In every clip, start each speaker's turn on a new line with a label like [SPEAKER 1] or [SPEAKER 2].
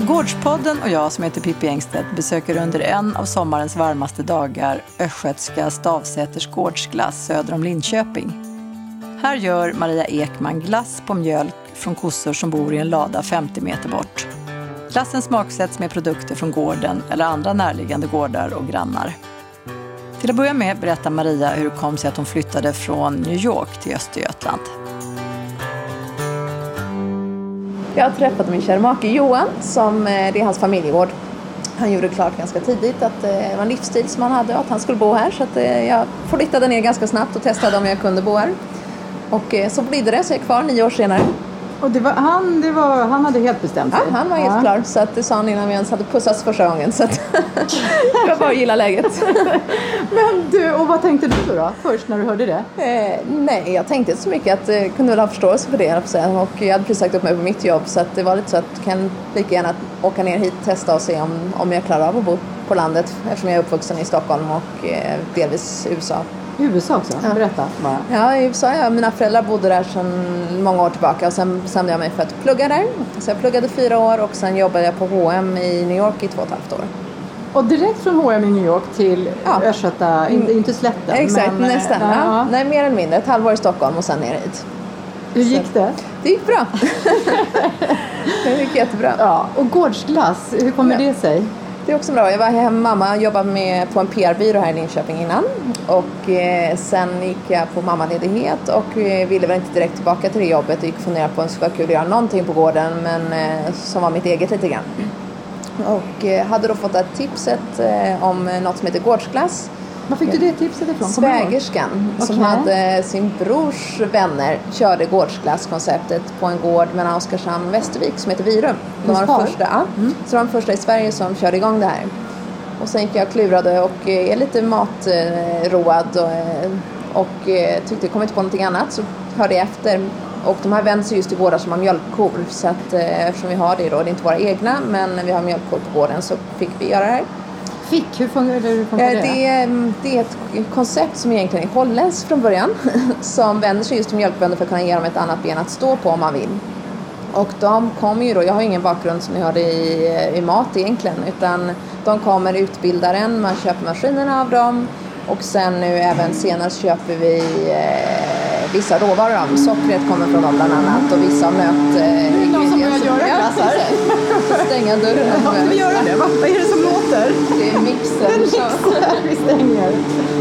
[SPEAKER 1] Gårdspodden och jag som heter Pippi Engstedt besöker under en av sommarens varmaste dagar Östgötska Stavsäters gårdsglass söder om Linköping. Här gör Maria Ekman glass på mjölk från kossor som bor i en lada 50 meter bort. Glassen smaksätts med produkter från gården eller andra närliggande gårdar och grannar. Till att börja med berättar Maria hur det kom sig att hon flyttade från New York till Östergötland.
[SPEAKER 2] Jag träffade min kära make Johan, som det är hans familjegård. Han gjorde klart ganska tidigt att det var en livsstil som han hade och att han skulle bo här. Så att jag flyttade ner ganska snabbt och testade om jag kunde bo här. Och så blev det, så jag är kvar 9 år senare.
[SPEAKER 1] Och han hade helt bestämt sig?
[SPEAKER 2] Ja, han var helt klar. Så att det sa han innan vi ens hade pussats första gången. Så att det var bara att gilla läget.
[SPEAKER 1] Men du, och vad tänkte du då först när du hörde det?
[SPEAKER 2] Nej, jag tänkte inte så mycket att jag kunde väl ha förståelse för det. Och jag hade precis sagt upp mig på mitt jobb. Så att det var lite så att jag kan lika gärna åka ner hit och testa och se om jag klarar av att bo på landet. Eftersom jag är uppvuxen i Stockholm och delvis USA.
[SPEAKER 1] USA också? Ja. Berätta bara.
[SPEAKER 2] Ja, i USA. Mina föräldrar bodde där sedan många år tillbaka och sen bestämde jag mig för att plugga där. Så jag pluggade 4 år och sen jobbade jag på H&M i New York i 2,5 år.
[SPEAKER 1] Och direkt från H&M i New York till Östgöta, inte slätten.
[SPEAKER 2] Exakt, men, nästan. Ja. Nej, mer än mindre. 1 halvår i Stockholm och sen ner hit.
[SPEAKER 1] Hur gick det?
[SPEAKER 2] Det gick bra. Det gick jättebra.
[SPEAKER 1] Ja. Och gårdsglass, hur kommer det sig?
[SPEAKER 2] Det är också bra. Jag var hemma, mamma jobbade på en PR-byrå här i Linköping innan. Och sen gick jag på mammaledighet och ville väl inte direkt tillbaka till det jobbet. Jag gick och funderade på om det skulle vara kul att göra någonting på gården, men som var mitt eget lite grann. Och hade då fått ett tipset om något som heter gårdsglass.
[SPEAKER 1] Var fick du det tipset ifrån?
[SPEAKER 2] Svägerskan som hade sin brors vänner körde gårdsglasskonceptet på en gård mellan Oskarshamn och Västervik som heter Virum. De var de första, så de första i Sverige som körde igång det här. Och sen gick jag och klurade och är lite matroad och tyckte jag kom inte på någonting annat, så hörde jag efter. Och de här vänder sig just till gårdar som har mjölkkor, så att eftersom vi har det då, det är inte våra egna, men vi har mjölkkor på gården, så fick vi göra det här.
[SPEAKER 1] Hur funkar det?
[SPEAKER 2] Det är ett koncept som egentligen är holländskt från början som vänder sig just till mjölkbönder för att kunna ge dem ett annat ben att stå på om man vill. Och de kommer ju då, jag har ingen bakgrund som ni hörde i mat egentligen, utan de kommer utbildaren, man köper maskinerna av dem och sen nu även senare köper vi vissa råvaror av dem. Sockret kommer från dem bland annat och vissa nöt.
[SPEAKER 1] Det är någon som börjar göra glassar.
[SPEAKER 2] Stänga dörren.
[SPEAKER 1] Ja, vi gör det. Vad är det som låter?
[SPEAKER 2] Det är mixer.
[SPEAKER 1] Vi stänger.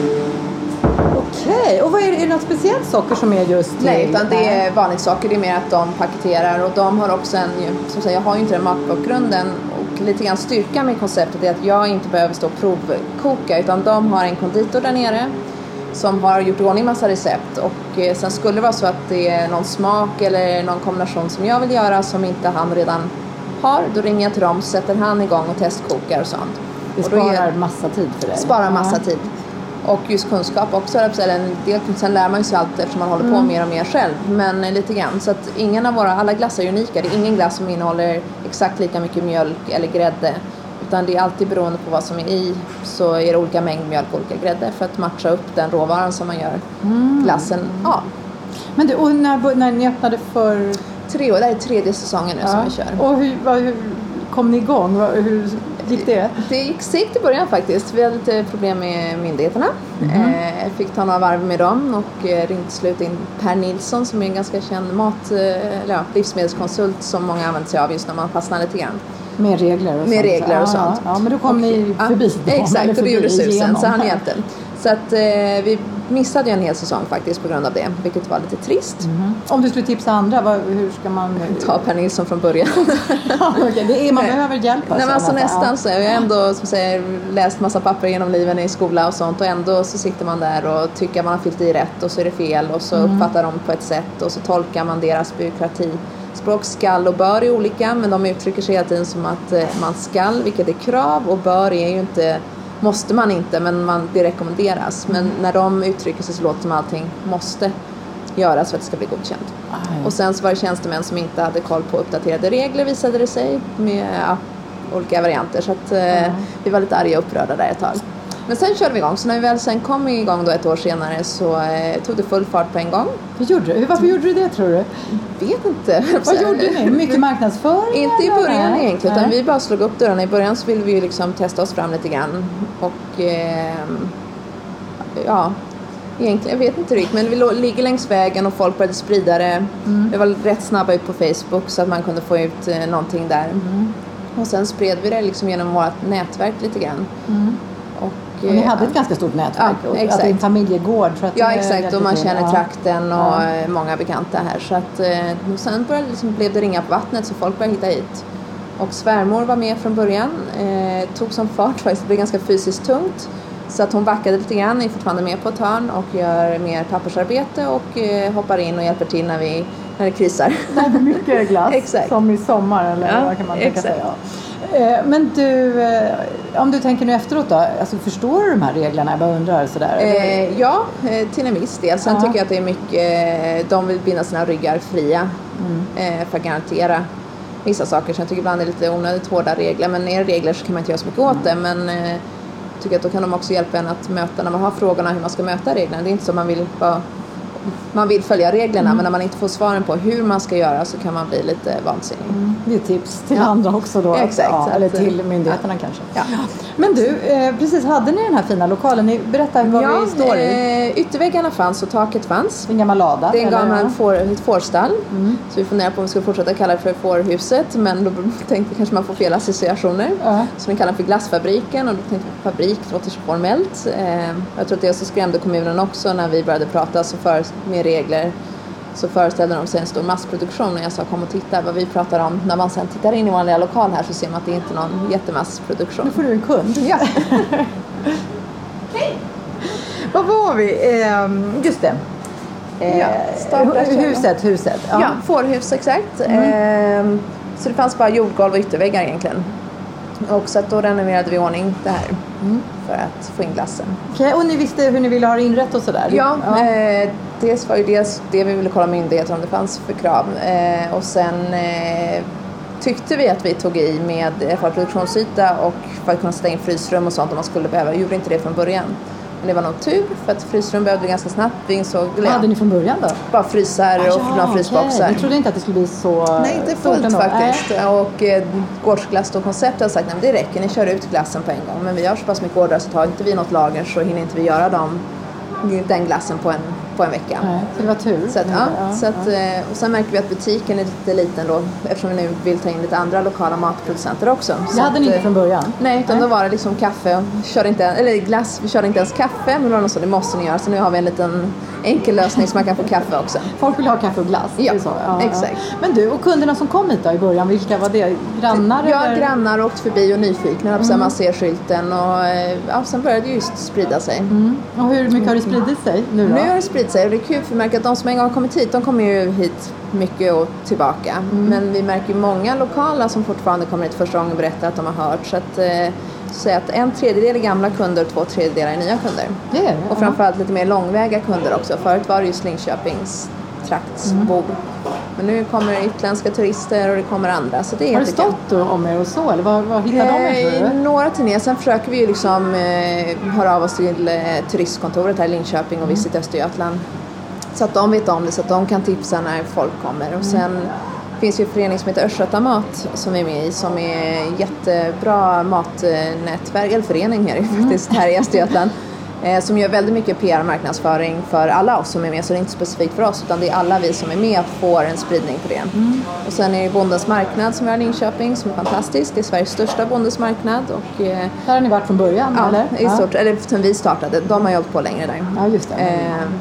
[SPEAKER 1] Okej, och vad är det något speciellt socker som är just till?
[SPEAKER 2] Nej, utan det är vanligt socker. Det är mer att de paketerar och de har också som säger, jag har ju inte den matbakgrunden och lite grann styrkan med konceptet är att jag inte behöver stå och provkoka, utan de har en konditor där nere som har gjort ordning massa recept och sen skulle det vara så att det är någon smak eller någon kombination som jag vill göra som inte han redan har, då ringer jag till dem, sätter han igång och testkokar och sånt.
[SPEAKER 1] Det sparar massa tid för dig.
[SPEAKER 2] Sparar massa tid. Och just kunskap också, en del, sen lär man ju sig allt eftersom man håller på mer och mer själv, men lite grann. Så att alla glassar är unika, det är ingen glass som innehåller exakt lika mycket mjölk eller grädde, utan det är alltid beroende på vad som är i, så är det olika mängd mjölk och olika grädde för att matcha upp den råvaran som man gör glassen av.
[SPEAKER 1] Men du, och när ni öppnade för
[SPEAKER 2] 3 år, det är 3:e säsongen nu som vi kör.
[SPEAKER 1] Och hur kom ni igång? Hur gick det?
[SPEAKER 2] Det gick segt i början faktiskt. Vi hade lite problem med myndigheterna. Fick ta några varv med dem och ringde slut in Per Nilsson som är en ganska känd livsmedelskonsult som många använder sig av just när man fastnar lite grann.
[SPEAKER 1] Med regler och sånt. Ja, men då kom ni förbi.
[SPEAKER 2] Exakt, och det gjorde susen, så han hjälpte. Så att vi missade ju en hel säsong faktiskt på grund av det, vilket var lite trist.
[SPEAKER 1] Om du skulle tipsa andra, hur ska man
[SPEAKER 2] ta Per Nilsson från början?
[SPEAKER 1] Man behöver hjälp.
[SPEAKER 2] Nej, men alltså nästan så. Jag har ändå läst massa papper genom livet i skola och sånt, och ändå så sitter man där och tycker att man har fyllt i rätt och så är det fel och så uppfattar de på ett sätt och så tolkar man deras byråkrati. Språk skall och bör är olika, men de uttrycker sig hela tiden som att man skall, vilket är krav, och bör är ju inte, måste man inte, men det rekommenderas. Men när de uttrycker sig så låter som allting måste göras för att det ska bli godkänt. Och sen så var det tjänstemän som inte hade koll på uppdaterade regler, visade det sig, med olika varianter. Så att vi var lite arga och upprörda där ett tag. Men sen körde vi igång. Så när vi väl sen kom igång då ett år senare så tog det full fart på en gång.
[SPEAKER 1] Varför gjorde du det, tror du?
[SPEAKER 2] Vet inte.
[SPEAKER 1] Vad gjorde ni? Mycket marknadsföring?
[SPEAKER 2] Inte i början egentligen, utan vi bara slog upp dörrarna. I början så ville vi ju liksom testa oss fram lite grann. Och egentligen, jag vet inte riktigt, men vi ligger längs vägen och folk började sprida det. Vi var rätt snabba ut på Facebook så att man kunde få ut någonting där. Och sen spred vi det liksom genom vårt nätverk lite grann. Och
[SPEAKER 1] ni hade ett ganska stort nätverk.
[SPEAKER 2] Ja, exakt.
[SPEAKER 1] Att det är en familjedård. För att
[SPEAKER 2] exakt. Och man känner trakten och många bekanta här. Så att, och sen blev det ringa på vattnet så folk började hitta hit. Och svärmor var med från början. Tog som fart faktiskt. Det blev ganska fysiskt tungt. Så att hon backade lite grann, är fortfarande med på ett hörn och gör mer pappersarbete och hoppar in och hjälper till när det krisar.
[SPEAKER 1] Det är mycket glass.
[SPEAKER 2] Exakt.
[SPEAKER 1] Som i sommar, eller vad kan man tänka sig? Ja. Men du, om du tänker nu efteråt då, alltså förstår du de här reglerna? Jag bara undrar sådär.
[SPEAKER 2] Ja, till en viss del. Sen tycker jag att det är mycket, de vill binda sina ryggar fria för att garantera vissa saker. Så jag tycker ibland är det lite onödigt hårda regler, men är det regler så kan man inte göra så mycket åt det. Men tycker att då kan de också hjälpa en att möta, när man har frågorna hur man ska möta reglerna. Det är inte så man vill följa reglerna, men när man inte får svaren på hur man ska göra så kan man bli lite vansinnig.
[SPEAKER 1] Det är tips till andra också då.
[SPEAKER 2] Exakt.
[SPEAKER 1] Eller till myndigheterna kanske.
[SPEAKER 2] Ja.
[SPEAKER 1] Men du, precis, hade ni den här fina lokalen? Ni berättar vad vi står i.
[SPEAKER 2] Ytterväggarna fanns och taket fanns.
[SPEAKER 1] En gammal lada.
[SPEAKER 2] Det är en gammal ett fårstall. Så vi funderar på om vi ska fortsätta kalla det för fårhuset. Men då tänkte kanske man får fel associationer. Så vi kallar det för glassfabriken. Och då tänkte vi fabrik, det låter så formellt. Jag tror att det så skrämde kommunen också när vi började prata med regler. Så föreställde de sig en stor massproduktion. Och jag sa kom och titta vad vi pratar om. När man sen tittar in i vår lilla lokal här så ser man att det inte är någon jättemassproduktion.
[SPEAKER 1] Nu får du en kund.
[SPEAKER 2] Ja.
[SPEAKER 1] Hej! Vad var vi? Just det. Huset.
[SPEAKER 2] Ja, fårhus exakt. Så det fanns bara jordgolv och ytterväggar egentligen. Och så att då renoverade vi ordning det här för att få in glassen.
[SPEAKER 1] Okej, och ni visste hur ni ville ha det inrätt och sådär?
[SPEAKER 2] Ja. Dels var ju det vi ville kolla myndigheter om det fanns för krav. Och sen tyckte vi att vi tog i med produktionsyta och för att kunna sätta in frysrum och sånt om man skulle behöva. Jag gjorde inte det från början. Men det var nog tur för att frysrum behövde vi ganska snabbt.
[SPEAKER 1] Vad hade ni från början då?
[SPEAKER 2] Bara frysar och några frysboxar.
[SPEAKER 1] Jag trodde inte att det skulle bli så...
[SPEAKER 2] Nej, inte fullt faktiskt. Och gårdsglass och konceptet har sagt att det räcker, ni kör ut glassen på en gång. Men vi har så pass mycket ordrar så tar inte vi något lager så hinner inte vi göra den glassen på en vecka.
[SPEAKER 1] Nej, så det var tur.
[SPEAKER 2] Så att, och sen märker vi att butiken är lite liten då, eftersom vi nu vill ta in lite andra lokala matproducenter också.
[SPEAKER 1] Det hade ni inte från början?
[SPEAKER 2] Nej, utan då var det liksom kaffe. Glass, vi körde inte ens kaffe, men då så det måste ni göra. Så nu har vi en liten enkel lösning så man kan få kaffe också.
[SPEAKER 1] Folk vill ha kaffe och glass?
[SPEAKER 2] Ja,
[SPEAKER 1] så.
[SPEAKER 2] Exakt.
[SPEAKER 1] Men du, och kunderna som kom hit då i början, vilka var det? Grannar?
[SPEAKER 2] Ja,
[SPEAKER 1] eller?
[SPEAKER 2] Grannar åkte förbi och nyfikna. Man ser skylten och sen började det just sprida sig.
[SPEAKER 1] Och hur mycket har det spridit sig nu då?
[SPEAKER 2] Nu har det spridit sig och det är kul för vi märker att de som en gång har kommit hit, de kommer ju hit mycket och tillbaka. Men vi märker många lokala som fortfarande kommer hit första gången och berättar att de har hört. Så att säga att 1/3 är gamla kunder och 2/3 är nya kunder.
[SPEAKER 1] Det är det.
[SPEAKER 2] Och framförallt lite mer långväga kunder också. Förut var det just Linköpings traktsbor. Men nu kommer utländska turister och det kommer andra. Så det är
[SPEAKER 1] har det stått om er och så? Eller vad hittar de er?
[SPEAKER 2] Några turnéer. Sen försöker vi ju liksom höra av oss till turistkontoret här i Linköping och Visit Östergötland. Så att de vet om det, så att de kan tipsa när folk kommer. Och sen finns ju en förening som heter Östgötamat som är med i, som är jättebra matnätverk, eller förening här i Östergötland. Som gör väldigt mycket PR och marknadsföring för alla oss som är med, så det är inte specifikt för oss utan det är alla vi som är med får en spridning på det. Och sen är det Bondens marknad som vi har i Linköping som är fantastisk. Det är Sveriges största Bondens marknad. Och,
[SPEAKER 1] där har ni varit från början, eller?
[SPEAKER 2] I stort, eller sen vi startade. De har jobbat på längre där.
[SPEAKER 1] Ja, just det.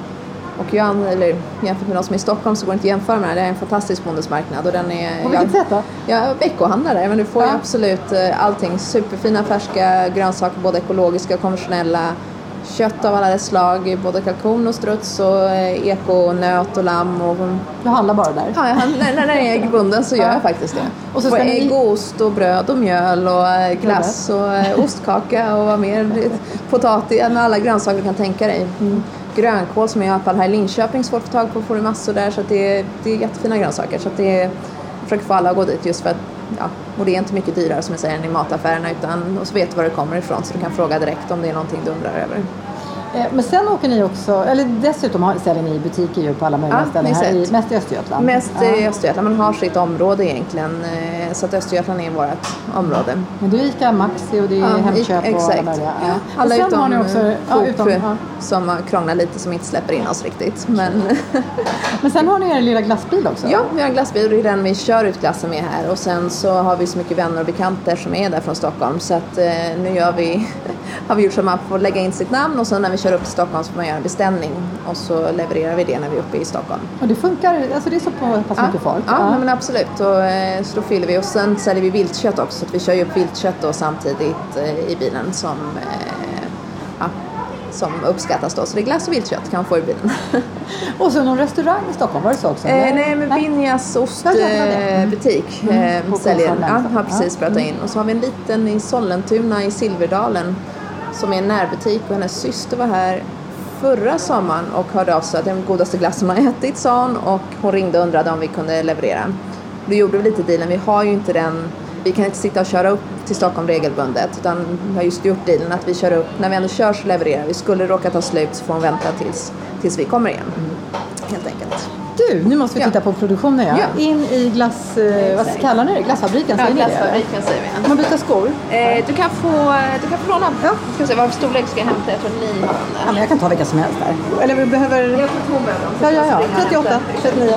[SPEAKER 2] Och jämfört med de som är i Stockholm så går det inte att jämföra med det. Det är en fantastisk bondesmarknad. Och den är,
[SPEAKER 1] på vilket sätt då?
[SPEAKER 2] Ja, veckohandlare. Men du får ju absolut allting. Superfina färska grönsaker, både ekologiska och konventionella. Kött av alla slag, både kalkon och struts och eko, nöt och lamm. Och...
[SPEAKER 1] Du handlar bara där?
[SPEAKER 2] Ja, när jag är bunden så gör jag faktiskt det. Och så ska ägg och ost och bröd och mjöl och glass och ostkaka och vad mer. Potatis med alla grönsaker du kan tänka dig. Grönkål som jag i alla fall här i Linköping svårt att få tag på, får du massor där. Så att det är jättefina grönsaker. Så att jag försöker få alla att gå dit just för att och det är inte mycket dyrare som jag säger än i mataffärerna, och så vet du var det kommer ifrån, så du kan fråga direkt om det är någonting du undrar över.
[SPEAKER 1] Men sen åker ni också, eller dessutom säljer ni i butiker ju på alla möjliga ställen här, mest i Östergötland.
[SPEAKER 2] Mest i Östergötland, man har sitt område egentligen, så att Östergötland är vårt område.
[SPEAKER 1] Men det är Ica Maxi och det är Hemköp och alla möjliga.
[SPEAKER 2] Alla
[SPEAKER 1] och sen
[SPEAKER 2] utom
[SPEAKER 1] har ni också,
[SPEAKER 2] som krånglar lite, som inte släpper in oss riktigt.
[SPEAKER 1] Men sen har ni er lilla glassbil också?
[SPEAKER 2] Ja, vi har en glassbil och det är den vi kör ut glassen med här. Och sen så har vi så mycket vänner och bekanter som är där från Stockholm. Så att nu har vi gjort så att man får lägga in sitt namn och sen när vi kör upp till Stockholm så får man göra en beställning. Och så levererar vi det när vi är uppe i Stockholm.
[SPEAKER 1] Och det funkar, alltså det är så pass mycket folk?
[SPEAKER 2] Ja, men absolut. Och så då fyller vi och sen säljer vi viltkött också. Så att vi kör ju upp viltkött då samtidigt i bilen som uppskattas då. Så det är glass och viltkött kan man få i bilen.
[SPEAKER 1] Och så någon restaurang i Stockholm, var det så också?
[SPEAKER 2] Nej, men Binjas ostbutik säljer. Har precis börjat in. Och så har vi en liten i Sollentuna i Silverdalen som är en närbutik. Och hennes syster var här förra sommaren och hörde av sig att den godaste glassen hon har ätit, sa hon. Och hon ringde och undrade om vi kunde leverera. Då gjorde vi lite dealen. Vi har ju inte den. Vi kan inte sitta och köra upp till Stockholm regelbundet, utan vi har just gjort dealen att vi kör upp. När vi ändå kör så levererar vi. Skulle råka ta slut så får hon vänta tills vi kommer igen. Helt enkelt.
[SPEAKER 1] Du, nu måste vi titta på produktionen. Ja. In i glass... vad kallar ni det? Glassfabriken?
[SPEAKER 2] Ja, glassfabriken säger vi.
[SPEAKER 1] Man byter skor?
[SPEAKER 2] Du kan få låna. Ja. Ska se, vad storlek ska jag hämta? Jag tror att ni har den där.
[SPEAKER 1] Ja, men jag kan ta vilka som helst där. Eller vi behöver...
[SPEAKER 2] Jag tror att hon behöver dem.
[SPEAKER 1] Ja. 38, 39.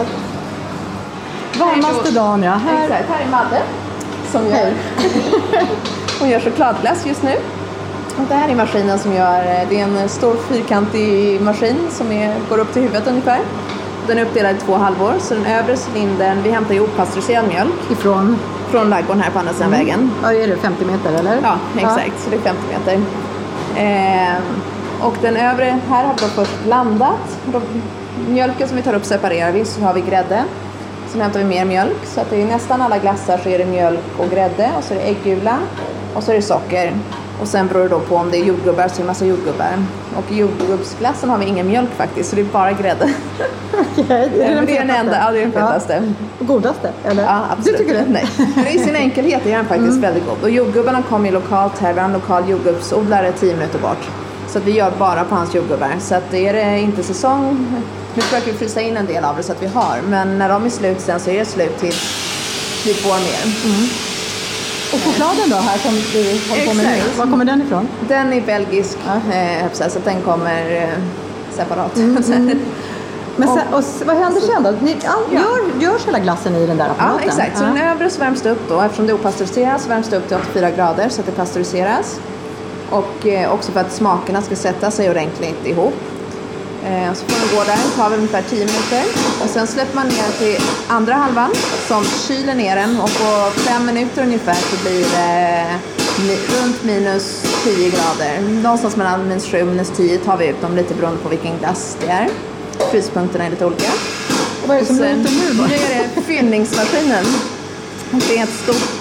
[SPEAKER 1] Varmaste dagen, ja.
[SPEAKER 2] Här är Madde. Som gör. Hon gör chokladglass just nu. Och det här är maskinen som gör, det är en stor fyrkantig maskin som går upp till huvudet ungefär. Den är uppdelad i 2 halvor, så den övre cylindern, vi hämtar ju opastöriserad mjölk. Från ladugården här på andra sidan vägen.
[SPEAKER 1] Ja, är det 50 meter eller?
[SPEAKER 2] Ja, exakt, så det är 50 meter. Och den övre, här har vi då först blandat. Mjölken som vi tar upp separerar vi, så har vi grädde. Sen hämtar vi mer mjölk, så att det är nästan alla glassar så är det mjölk och grädde. Och så är det äggula och så är det socker. Och sen beror det då på om det är jordgubbar, så är det massa jordgubbar. Och jordgubbsglassen har vi ingen mjölk faktiskt, så det är bara grädde.
[SPEAKER 1] Okej, det är den
[SPEAKER 2] enda, ja, det är den fetaste.
[SPEAKER 1] Och godaste, eller?
[SPEAKER 2] Ja, absolut.
[SPEAKER 1] Du tycker det?
[SPEAKER 2] Nej. Men i sin enkelhet är den faktiskt väldigt god. Och jordgubbarna kommer ju lokalt här, vi har en lokal jordgubbsodlare 10 minuter bort. Så att vi gör bara på hans jordgubbar. Så att det är inte säsong. Nu försöker vi frysa in en del av det så att vi har. Men när de är slut sen så är det slut till vi får mer.
[SPEAKER 1] Och chokladen då här som vi håller på med nu, var kommer den ifrån?
[SPEAKER 2] Den är belgisk, så att den kommer separat.
[SPEAKER 1] Men sen, och vad händer sen då? Görs hela glassen i den där apparaten?
[SPEAKER 2] Ja, exakt. Så den övre så värms det upp då. Eftersom det är opastöriserat så värms det upp till 84 grader så att det pasteuriseras. Och också för att smakerna ska sätta sig ordentligt ihop. Så får den gå där, det tar väl ungefär 10 minuter. Och sen släpper man ner till andra halvan som kyler ner den. Och på 5 minuter ungefär så blir det runt minus 10 grader. Någonstans mellan minus 7 och minus 10 tar vi ut dem lite beroende på vilken glass det är. Fryspunkterna är lite olika.
[SPEAKER 1] Och vad är det som låter nu då?
[SPEAKER 2] Nu är det fyllningsmaskinen. Det är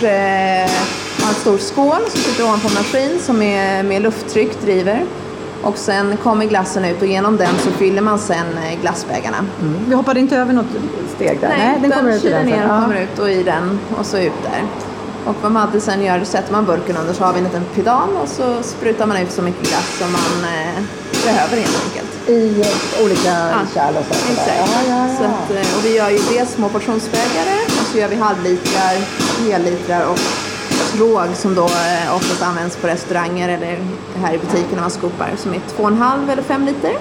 [SPEAKER 2] en stor skål som sitter ovanpå en maskin som med lufttryck driver. Och sen kommer glassen ut och genom den så fyller man sen glassbägarna.
[SPEAKER 1] Vi hoppade inte över något steg där.
[SPEAKER 2] Nej, den
[SPEAKER 1] kommer ut i den.
[SPEAKER 2] ner och kommer ut och i den och så ut där. Och vad Madde sen gör, sätter man burken under så har vi en liten pedal och så sprutar man ut så mycket glass som man behöver helt enkelt.
[SPEAKER 1] I olika kärl och så.
[SPEAKER 2] Exakt. Så att, och vi gör ju dels små portionsbägare och så gör vi halvlitrar, hellitrar och råg som då oftast används på restauranger eller här i butiken när man skopar som är 2,5 eller 5 liter.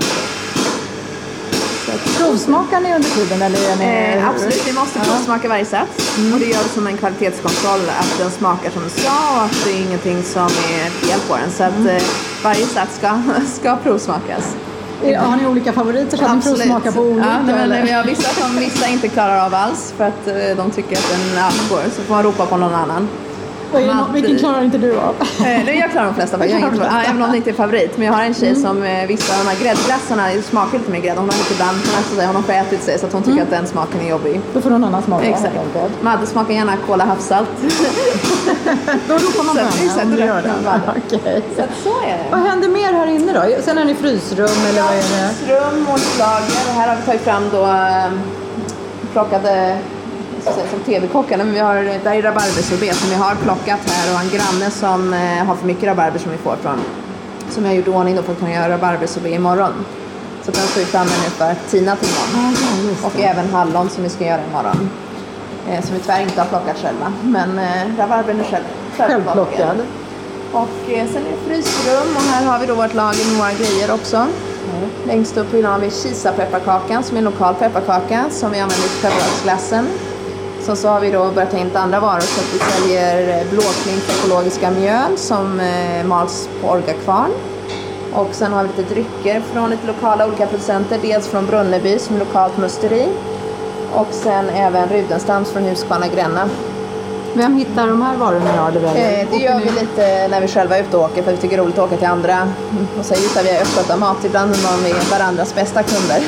[SPEAKER 1] Provsmakar ni under tiden? Eller
[SPEAKER 2] absolut, vi måste provsmaka varje sats. Och det gör vi som en kvalitetskontroll att den smakar som den ska och att det är ingenting som är fel på den. Så att varje sats ska provsmakas.
[SPEAKER 1] Har ni olika favoriter så att ni provsmakar på olika?
[SPEAKER 2] Ja, men vi har vissa som vissa inte klarar av alls för att de tycker att den går. Så får man ropa på någon annan.
[SPEAKER 1] Vilken klarar inte du av?
[SPEAKER 2] Jag klarar de flesta faktiskt. Även om det inte är favorit. Men jag har en tjej som vissa av de här gräddglassarna smakar lite mer grädde. Hon har inte ibland hon har förätit sig så att hon tycker att den smaken är jobbig.
[SPEAKER 1] Då får någon annan smaka.
[SPEAKER 2] Exakt. Madde smakar gärna cola havssalt.
[SPEAKER 1] Då ropar man på henne om du gör det. Okay.
[SPEAKER 2] Så är det.
[SPEAKER 1] Vad händer mer här inne då? Sen är ni frysrum eller vad är det?
[SPEAKER 2] Frysrum och lager. Här har vi tagit fram då plockade som tv-kockarna, men vi har där är rabarbersorbet som vi har plockat här, och en granne som har för mycket rabarber som vi får från, som jag gjorde ordning då för att kunna göra rabarbersorbet imorgon. Så den står vi framme nu för att tina till imorgon. Och även hallon som vi ska göra imorgon. Som vi tyvärr inte har plockat själva. Men rabarbern är självplockad. Och sen är det frysrum, och här har vi då vårt lager med våra grejer också. Längst upp har vi Kisa-pepparkakan som är en lokal pepparkaka som vi använder till pepparkaksglassen. Så har vi då börjat ta in andra varor, så att vi säljer blåklint ekologiska mjöl som mals på Orgakvarn. Och sen har vi lite drycker från lite lokala olika producenter. Dels från Brunneby som är lokalt musteri. Och sen även Rudenstams från Huskvarna Gränna.
[SPEAKER 1] Vem hittar de här varorna?
[SPEAKER 2] Det gör vi lite när vi själva är ute och åker, för vi tycker det är roligt att åka till andra. Och så hittar vi Östgötamat. Ibland är vi varandras bästa kunder.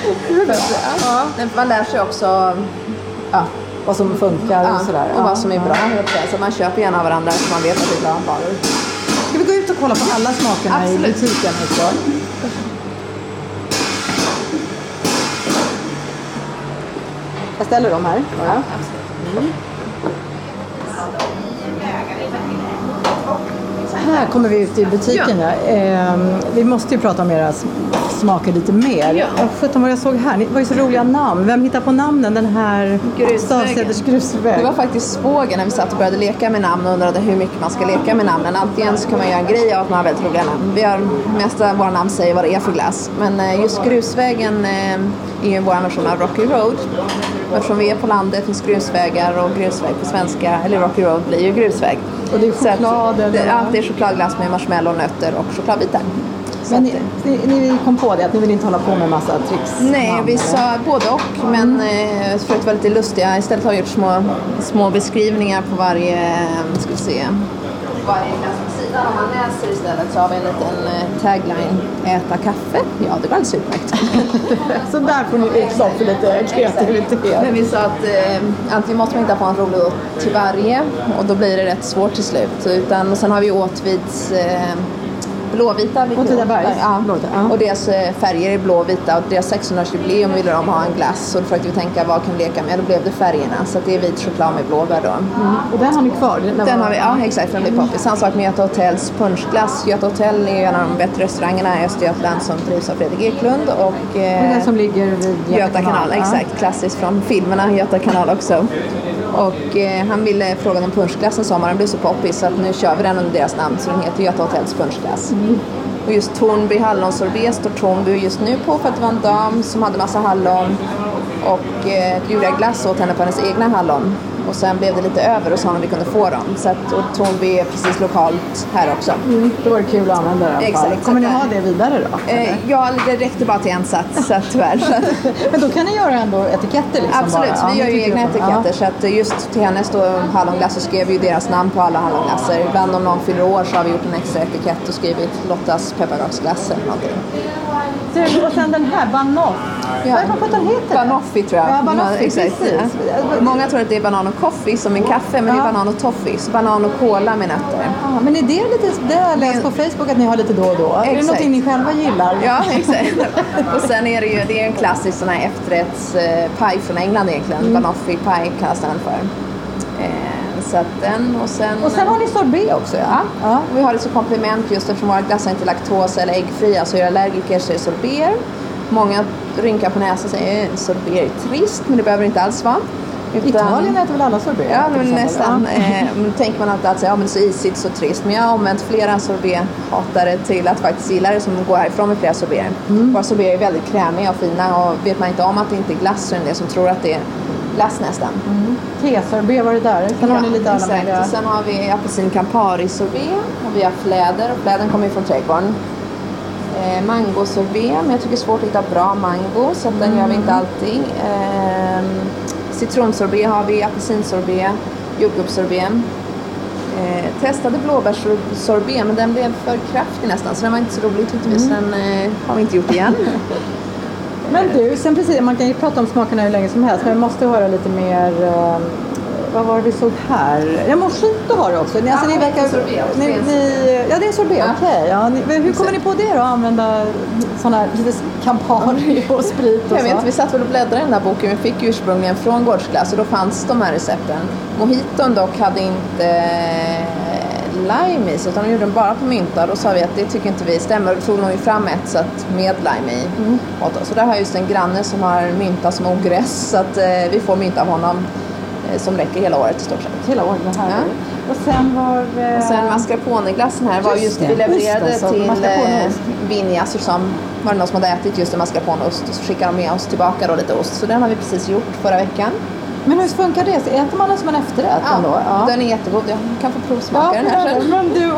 [SPEAKER 2] Man lär sig också
[SPEAKER 1] vad som funkar och sådär.
[SPEAKER 2] Och vad som är bra. Så man köper gärna av varandra så man vet att det är bra varor.
[SPEAKER 1] Ska vi gå ut och kolla på alla smakerna i butiken också? Jag ställer dem här. Ja, absolut. Här kommer vi ut i butiken. Ja. Vi måste ju prata om era smaker lite mer. Ja. Vad jag såg här. Det var ju så roliga namn. Vem hittar på namnen? Den här Stavsäters grusväg.
[SPEAKER 2] Det var faktiskt svågen när vi satt och började leka med namn och undrade hur mycket man ska leka med namnen. Antingen så kan man göra en grej av att man har väldigt roliga namn. Vi har mest av våra namn säger vad det är för glass. Men just grusvägen är ju vår version av Rocky Road. Eftersom vi är på landet finns grusvägar, och grusväg på svenska, eller Rocky Road blir ju grusväg.
[SPEAKER 1] Och det är choklad?
[SPEAKER 2] Det är chokladglass med marshmallow, nötter och chokladbitar.
[SPEAKER 1] Men ni kom på det, att ni vill inte hålla på med massa tricks?
[SPEAKER 2] Nej, vi sa både och, men försökte vara lite lustiga. Istället har vi gjort små beskrivningar på varje, ska vi se, varje sida. Om man läser istället så har vi en liten tagline: äta kaffe. Ja, det var alldeles utmärkt.
[SPEAKER 1] Så där får ni utlopp för lite kreativitet.
[SPEAKER 2] Men vi sa att antingen måste man inte få en rolig till varje, och då blir det rätt svårt till slut. Och sen har vi Åtvids blåvita.
[SPEAKER 1] Åtvidabergs?
[SPEAKER 2] Ja. Och deras färger är blåvita, och deras 600-årsjubileum ville de ha en glass. Och då försökte vi tänka vad kan vi leka med. Då blev det färgerna. Så det är vit choklad med blåbär då.
[SPEAKER 1] Och den har ni kvar?
[SPEAKER 2] Den har vi, ja exakt. Den blir poppis. Samma sak med Göta Hotels punschglass. Göta Hotell är en av de bättre restaurangerna i Östergötland som drivs av Fredrik Eklund. Och
[SPEAKER 1] det är den som ligger vid
[SPEAKER 2] Göta kanal. Exakt, klassiskt från filmerna Göta kanal också. Och han ville fråga om punschglassen sommaren blev så poppis, så att nu kör vi den under deras namn, så den heter Göta Hotels punschglass. Och just Tornby hallonsorbet står Tornby just nu på, för att det var en dam som hade massa hallon, och gjorde glass åt henne på hennes egna hallon. Och sen blev det lite över och sa om vi kunde få dem. Så att, och Tornby är precis lokalt här också.
[SPEAKER 1] Då var det kul att använda det.
[SPEAKER 2] Exakt.
[SPEAKER 1] Kommer ni ha det vidare då?
[SPEAKER 2] Ja, det räckte bara till en sats, så tyvärr.
[SPEAKER 1] Men då kan ni göra ändå etiketter liksom?
[SPEAKER 2] Absolut,
[SPEAKER 1] bara.
[SPEAKER 2] Vi gör ju egna etiketter. Så att just till hennes då hallonglass så skrev vi ju deras namn på alla hallonglasser. Ibland om någon fyller år så har vi gjort en extra etikett och skrivit Lottas pepparkaksglass eller någonting.
[SPEAKER 1] Och sen den här, Banoff.
[SPEAKER 2] Ja.
[SPEAKER 1] Vad den heter?
[SPEAKER 2] Banoffi tror jag.
[SPEAKER 1] Ja, Banoffi,
[SPEAKER 2] exakt.
[SPEAKER 1] precis.
[SPEAKER 2] Ja. Många tror att det är banan och coffee som en kaffe, men det är banan och toffee. Så banan och cola med nötter.
[SPEAKER 1] Ja, men är det lite, det har jag läst på Facebook att ni har lite då och då.
[SPEAKER 2] Exakt.
[SPEAKER 1] Är det någonting ni själva gillar?
[SPEAKER 2] Ja, exakt. Och sen är det är en klassisk sån här efterrättspaj från England egentligen. Banoffi paj kallas den för. Så att den, och sen
[SPEAKER 1] har ni sorbet också,
[SPEAKER 2] ja. Vi har det som komplement just eftersom våra glassar inte är laktos eller äggfria, så är allergiker så är det sorbet. Många rynkar på näsan och säger sorbet är trist, men det behöver inte alls vara.
[SPEAKER 1] Italien äter väl alla sorbet?
[SPEAKER 2] Ja, men nästan. Då tänker man alltid att ja, men så isigt, så trist. Men jag har omvänt flera sorbet-hatare till att faktiskt gilla det, som går härifrån med flera sorbet. Våra sorbet är väldigt krämiga och fina, och vet man inte om att det inte är glass så är det en som tror att det är glass nästan.
[SPEAKER 1] Tesorbet var det där. Sen har ni lite alla
[SPEAKER 2] exakt. Sen har vi apelsin Campari-sorbet, och vi har fläder, och flädern kommer ju från trädgården. Mangosorbet, men jag tycker det är svårt att hitta bra mango, så att den gör vi inte alltid. Citronsorbet har vi, apelsinsorbet, jordgubbssorbet. Testade blåbärssorbet, men den blev för kraftig nästan, så den var inte så rolig tyckte vi. Sen har vi inte gjort igen.
[SPEAKER 1] Men du, sen precis, man kan ju prata om smakerna hur länge som helst, men vi måste höra lite mer vad var det vi såg här? Ja, mojito var det också. Alltså, ni verkar, ja, det är sorbet. Ja. Okej. Ja, hur kommer ni på det då? Att använda sådana här lite Campari och sprit och så?
[SPEAKER 2] Jag vet inte, vi satt väl och bläddrade i den där boken. Vi fick ju ursprungligen från gårdsglass och då fanns de här recepten. Mojiton dock hade inte lime i, utan de gjorde den bara på mynta. Då sa vi att det tycker inte vi stämmer. Då tog de ju fram ett så att med lime i åt oss. Så där har just en granne som har mynta som ogräs, så att vi får mynta av honom som räcker hela året i stort sett.
[SPEAKER 1] Hela året, det här. Ja. Och sen var
[SPEAKER 2] och sen mascarpone-glassen här var just det. Vi levererade till Vinjas som var det någon som hade ätit just en mascarponeost, och så skickade de med oss tillbaka då lite ost. Så den har vi precis gjort förra veckan.
[SPEAKER 1] Men hur funkar det? Så äter man den som en efterrätt ändå?
[SPEAKER 2] Ja, den är jättegod. Jag kan få provsmaka den här sen.
[SPEAKER 1] Men du,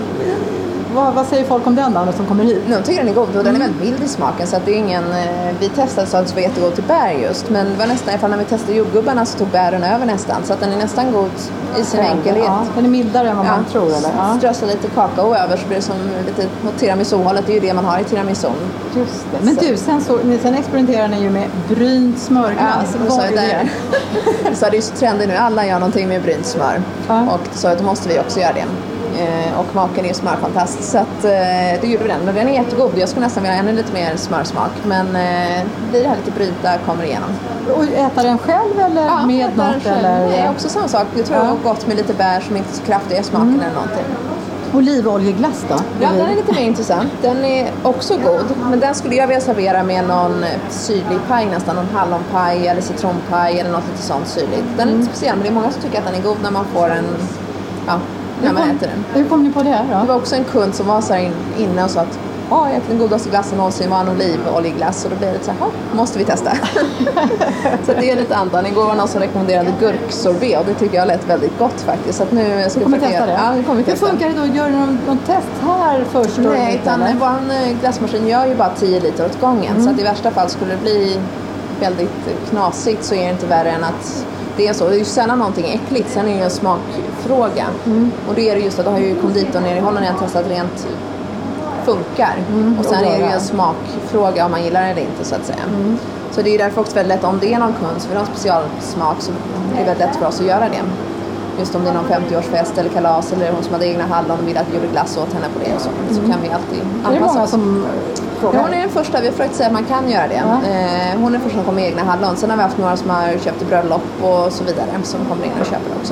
[SPEAKER 1] vad säger folk om den då som kommer hit?
[SPEAKER 2] De tycker den är god och den är väldigt mild i smaken, så att det är ingen... Vi testade så att det var jättegod till bär just, men det var nästan, ifall när vi testade jordgubbarna så tog bären över nästan, så att den är nästan god i sin enkelhet.
[SPEAKER 1] Ja, den är mildare än vad man tror, eller? Ja.
[SPEAKER 2] Strössla lite kakao över så blir det som lite mot tiramisu-hållet. Det är ju det man har i tiramisu.
[SPEAKER 1] Just det. Men du, sen experimenterar ni ju med brynt smörglass.
[SPEAKER 2] Ja, vad är det? Så det är ju trendigt nu. Alla gör någonting med brynt smör. Ja. Och så då måste vi också göra det. Och maken är ju smörfantast, så att det gjorde vi den. Men den är jättegod. Jag skulle nästan vilja ha ännu lite mer smörsmak, men blir det här lite bryta kommer igenom.
[SPEAKER 1] Och äta den själv eller med något? Eller?
[SPEAKER 2] Nej, också samma sak. Jag tror det var gott med lite bär som inte är så kraftiga i smaken eller någonting.
[SPEAKER 1] Olivoljedglass då?
[SPEAKER 2] Ja, den är lite mer intressant. Den är också god, men den skulle jag vilja servera med någon syrlig paj nästan. Någon hallonpaj eller citronpaj eller något lite sånt syrligt. Den är inte speciell, men det är många som tycker att den är god när man får en... Ja, när man äter den.
[SPEAKER 1] Hur kom ni på det då?
[SPEAKER 2] Det var också en kund som var så här inne och sa att jag äter den godaste glassen någonsin var en olivoljeglass, och då blev det så här, måste vi testa. Så det är lite andan. Igår var någon som rekommenderade gurksorbet och det tycker jag lät väldigt gott faktiskt. Så att nu ska vi
[SPEAKER 1] testa det.
[SPEAKER 2] Ja, nu kommer vi testa.
[SPEAKER 1] Hur funkar det då? Gör du någon test här först?
[SPEAKER 2] Nej, utan vår glassmaskin gör ju bara 10 liter åt gången. Så att i värsta fall skulle det bli väldigt knasigt, så är det inte värre än att det är så. Det är ju sällan någonting äckligt. Sen är det ju en smakfråga. Och det är det just att då har ju konditorn nere i Holland testat rent funkar. Och sen är det ju en smakfråga om man gillar det eller inte, så att säga. Så det är ju därför också väldigt lätt, om det är någon kund som vill ha en specialsmak, så är det väldigt lätt för oss att göra det. Just om det är någon 50-årsfest eller kalas, eller hon som hade egna hallon och vill att vi gjorde glass åt henne på det och så kan vi alltid anpassa.
[SPEAKER 1] Är det många som frågar?
[SPEAKER 2] Ja, hon är den första. Vi har försökt säga att man kan göra det. Hon är den första som kommer med egna hallon. Sen har vi haft några som har köpt bröllop och så vidare, som kommer in och köper också.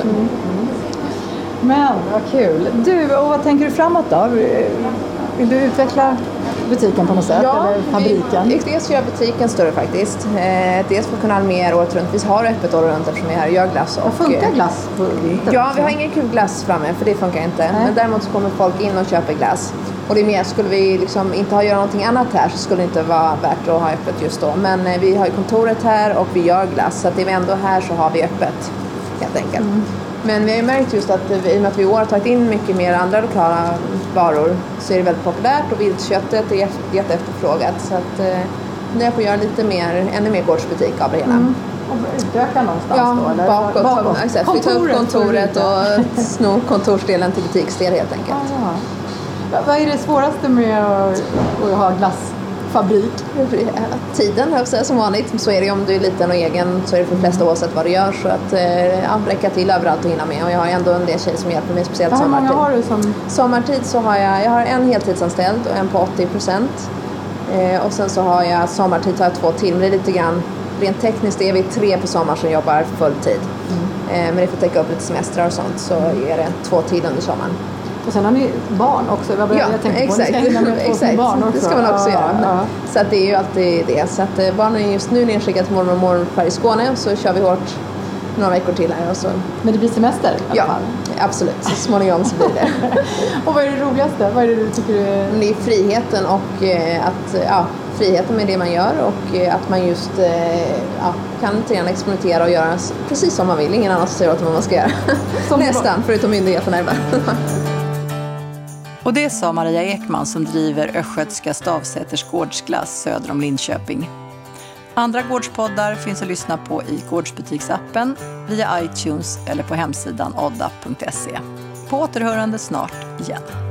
[SPEAKER 1] Men vad kul. Du, och vad tänker du framåt då? Vill du utveckla butiken på något sätt?
[SPEAKER 2] Ja,
[SPEAKER 1] eller fabriken?
[SPEAKER 2] Dels gör butiken större faktiskt. Dels för att kunna ha mer året runt. Vi har öppet året runt eftersom vi är här och gör glass. Och
[SPEAKER 1] funkar glass på vintern?
[SPEAKER 2] Ja, vi har ingen kul glass framme, för det funkar inte. Men däremot så kommer folk in och köper glass. Och det är mer, skulle vi liksom inte göra någonting annat här så skulle det inte vara värt att ha öppet just då. Men vi har ju kontoret här och vi gör glass, så att är vi ändå här så har vi öppet helt enkelt. Men vi har ju märkt just att i och med att vi i år har tagit in mycket mer andra lokala varor så är det väldigt populärt, och viltköttet är jätteefterfrågat. Så att det får göra lite mer, ännu mer gårdsbutik av det hela.
[SPEAKER 1] Och utöka någonstans då? Eller?
[SPEAKER 2] Bakåt. Exakt. Vi tar upp kontoret och snor kontorsdelen till butiksdel helt enkelt.
[SPEAKER 1] Vad är det svåraste med att ha glassfabrik?
[SPEAKER 2] Tiden, som vanligt. Så är det om du är liten och egen, så är det för de flesta oavsett vad du gör. Så att räcka till överallt och hinna med. Och jag har ändå en del tjejer som hjälper mig, speciellt sommartid.
[SPEAKER 1] Hur många har du som...
[SPEAKER 2] Sommartid så har jag har en heltidsanställd och en på 80%. Och sen så har jag sommartid har jag 2 till. Men det är lite grann, rent tekniskt är vi 3 på sommar som jobbar fulltid. Men det får täcka upp lite semestrar och sånt, så är det 2 till under sommaren.
[SPEAKER 1] Och sen har ni barn också.
[SPEAKER 2] Exakt.
[SPEAKER 1] Barn också.
[SPEAKER 2] Det ska man också göra. Så att det är ju alltid det. Så att barnen är just nu nedskickat till mormor och morfar i Skåne, och så kör vi hårt några veckor till här. Och så.
[SPEAKER 1] Men det blir semester i alla fall?
[SPEAKER 2] Absolut. Så småningom så blir det.
[SPEAKER 1] Och vad är det roligaste? Vad är det du tycker är...
[SPEAKER 2] Det är friheten och friheten med det man gör, och att man just kan lite grann experimentera och göra precis som man vill. Ingen annan säger åt vad man ska göra. Nästan, förutom myndigheterna ibland.
[SPEAKER 1] Och det sa Maria Ekman som driver Östgötska Stavsäters gårdsglass söder om Linköping. Andra gårdspoddar finns att lyssna på i gårdsbutiksappen, via iTunes eller på hemsidan odda.se. På återhörande snart igen.